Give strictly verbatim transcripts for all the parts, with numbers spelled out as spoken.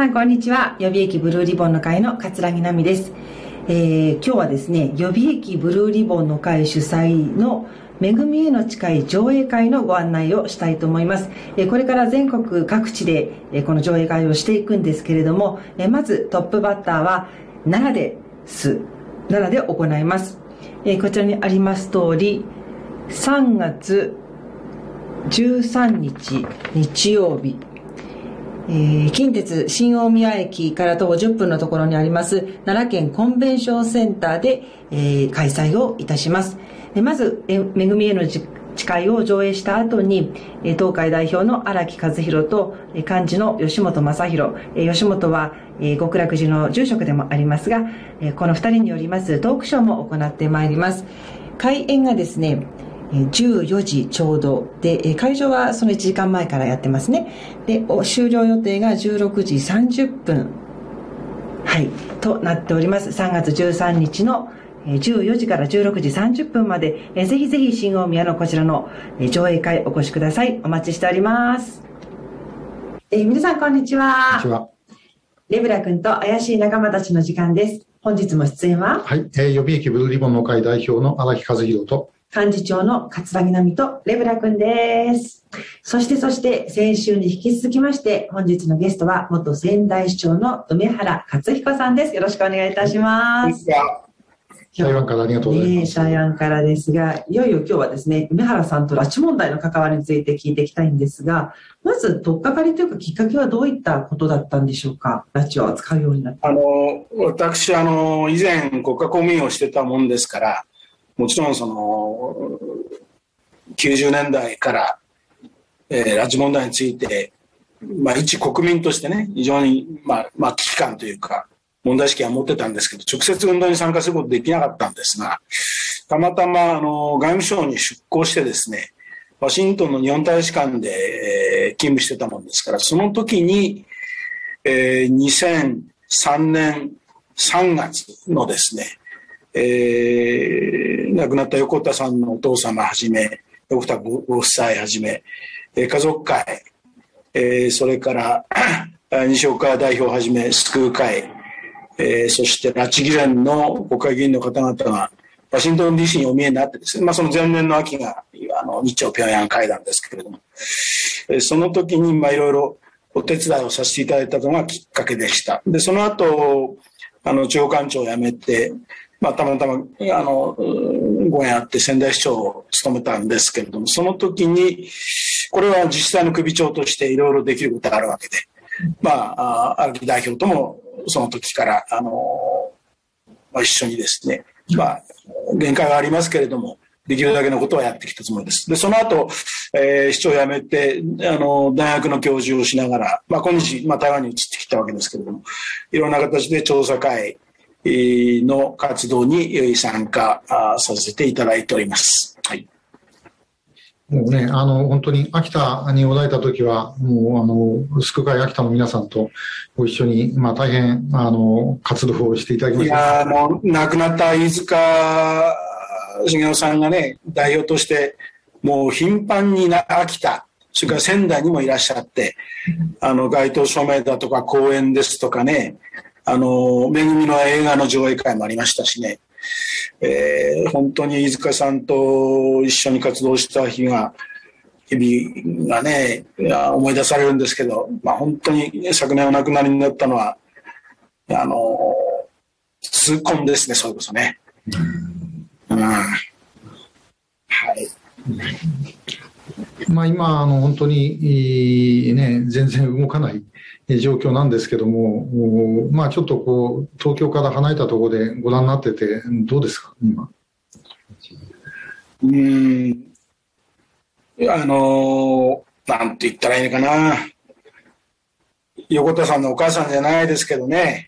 さんこんにちは。予備役ブルーリボンの会の桂木奈美です。えー、今日はですね、予備役ブルーリボンの会主催の恵みへの誓い上映会のご案内をしたいと思います。えー、これから全国各地で、えー、この上映会をしていくんですけれども、えー、まずトップバッターは奈良です。奈良で行います。えー、こちらにあります通り、さんがつじゅうさんにち日曜日、えー、近鉄新大宮駅から徒歩じゅっぷんのところにあります奈良県コンベンションセンターで、えー、開催をいたします。でまずえ恵みへの誓いを上映した後に、えー、東海代表の荒木和弘と、えー、幹事の吉本正弘、えー、吉本は、えー、極楽寺の住職でもありますが、えー、このふたりによりますトークショーも行ってまいります。開演がですねじゅうよじちょうどで、会場はそのいちじかんまえからやってますね。で、終了予定がじゅうろくじさんじゅっぷん、はい、となっております。さんがつじゅうさんにちのじゅうよじからじゅうろくじさんじゅっぷんまで、ぜひぜひ新大宮のこちらの上映会お越しください。お待ちしております。えー、皆さんこんにちは。 こんにちは。 レブラ君と怪しい仲間たちの時間です。本日も出演は、 はい、えー、予備役ブルーリボンの会代表の荒木和弘と幹事長の桂木奈美とレブラ君です。そしてそして先週に引き続きまして本日のゲストは元仙台市長の梅原克彦さんです。よろしくお願いいたします。 台湾からありがとうございます。 台湾からですが、いよいよ今日はですね、梅原さんと拉致問題の関わりについて聞いていきたいんですが、まず取っかかりというかきっかけはどういったことだったんでしょうか。拉致を扱うようになった。 あの私あの以前国家公務員をしてたもんですから、もちろんそのきゅうじゅうねんだいから、えー、拉致問題について、まあ、一国民としてね非常に、まあまあ、危機感というか問題意識は持ってたんですけど、直接運動に参加することできなかったんですが、たまたまあの外務省に出向してですね、ワシントンの日本大使館で、えー、勤務してたもんですから、その時に、えー、にせんさんねんさんがつのですね、えー、亡くなった横田さんのお父様はじめ、横田ご夫妻はじめ、えー、家族会、えー、それから西岡代表はじめ救う会、えー、そして拉致議連の国会議員の方々がワシントン ディーシー にお見えになってですね、まあ、その前年の秋があの日朝平壌会談ですけれども、えー、その時にまあいろいろお手伝いをさせていただいたのがきっかけでした。でその後あの地方官庁を辞めて、まあ、たまたまあのご縁あって仙台市長を務めたんですけれども、その時にこれは自治体の首長としていろいろできることがあるわけで、まあ荒木代表ともその時からあの、まあ、一緒にですね、まあ限界はありますけれどもできるだけのことはやってきたつもりです。でその後、えー、市長を辞めてあの大学の教授をしながら、まあ、今日、まあ、台湾に移ってきたわけですけれども、いろんな形で調査会の活動に参加させていただいております。はい。 もうね、あの本当に秋田におられた時はもうあの救う会秋田の皆さんとご一緒に、まあ、大変あの活動をしていただきました。 いやもう亡くなった飯塚茂雄さんがね代表としてもう頻繁に秋田それから仙台にもいらっしゃって、あの街頭署名だとか講演ですとかね、あのめぐみの映画の上映会もありましたしね、えー、本当に飯塚さんと一緒に活動した日が日々がね思い出されるんですけど、まあ、本当に昨年お亡くなりになったのはあの痛恨ですね。それこそね、うん、はい。 まあ、今あの本当に、ね、全然動かない状況なんですけども、まあ、ちょっとこう東京から離れたところでご覧になっててどうですか今。 うーんあのなんて言ったらいいのかな、横田さんのお母さんじゃないですけどね、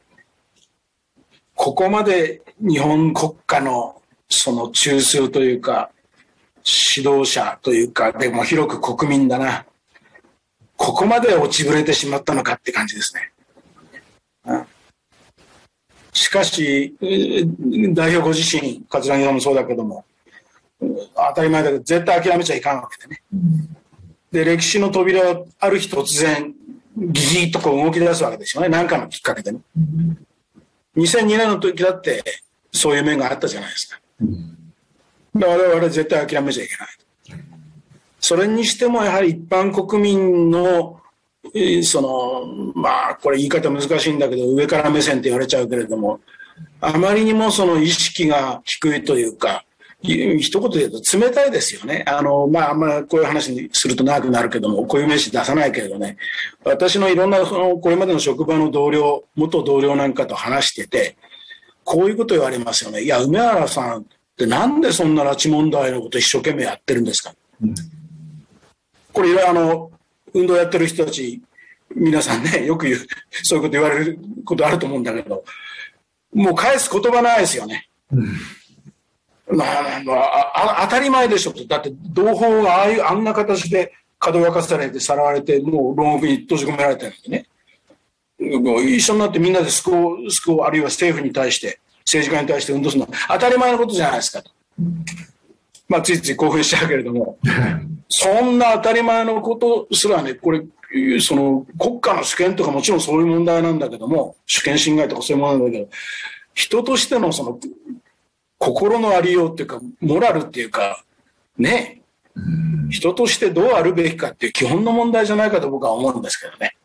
ここまで日本国家のその中枢というか指導者というかでも広く国民だな、ここまで落ちぶれてしまったのかって感じですね。うん、しかし代表ご自身桂木さんもそうだけども当たり前だけど絶対諦めちゃいかんわけでね、うん、で歴史の扉をある日突然ギギッとこう動き出すわけですよね。何かのきっかけでね。にせんにねんの時だってそういう面があったじゃないですか。だから我々は絶対諦めちゃいけない。それにしてもやはり一般国民のそのまあこれ言い方難しいんだけど上から目線って言われちゃうけれども、あまりにもその意識が低いというか、一言で言うと冷たいですよね。あのまああんまりこういう話にすると長くなるけども、こういう名詞出さないけれどね、私のいろんなそのこれまでの職場の同僚、元同僚なんかと話しててこういうこと言われますよね。いや梅原さんってなんでそんな拉致問題のこと一生懸命やってるんですか。うん、これあの運動やってる人たち皆さんねよく言うそういうこと言われることあると思うんだけど、もう返す言葉ないですよね。うんまあまあ、あ当たり前でしょと。だって同胞がああいうあんな形でかどわかされてさらわれてもう牢獄に閉じ込められてるんでね、一緒になってみんなでスコスコあるいは政府に対して政治家に対して運動するのは当たり前のことじゃないですかと、まあ、ついつい興奮しちゃうけれどもそんな当たり前のことすらね、これその国家の主権とかもちろんそういう問題なんだけども、主権侵害とかそういうものなんだけど、人としてのその心のありようっていうかモラルっていうかね、人としてどうあるべきかっていう基本の問題じゃないかと僕は思うんですけどね。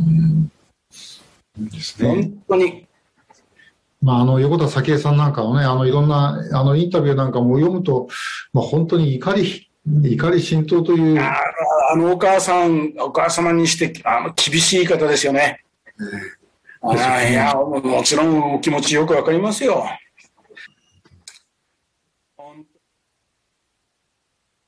うんですね。 本当に。 まあ、あの横田早紀江さんなんかのね、あのいろんなあのインタビューなんかも読むと、まあ、本当に怒り怒り心頭という。 ああのお母さんお母様にしてあの厳しい言い方ですよね。えー、あいやもちろんお気持ちよくわかりますよ。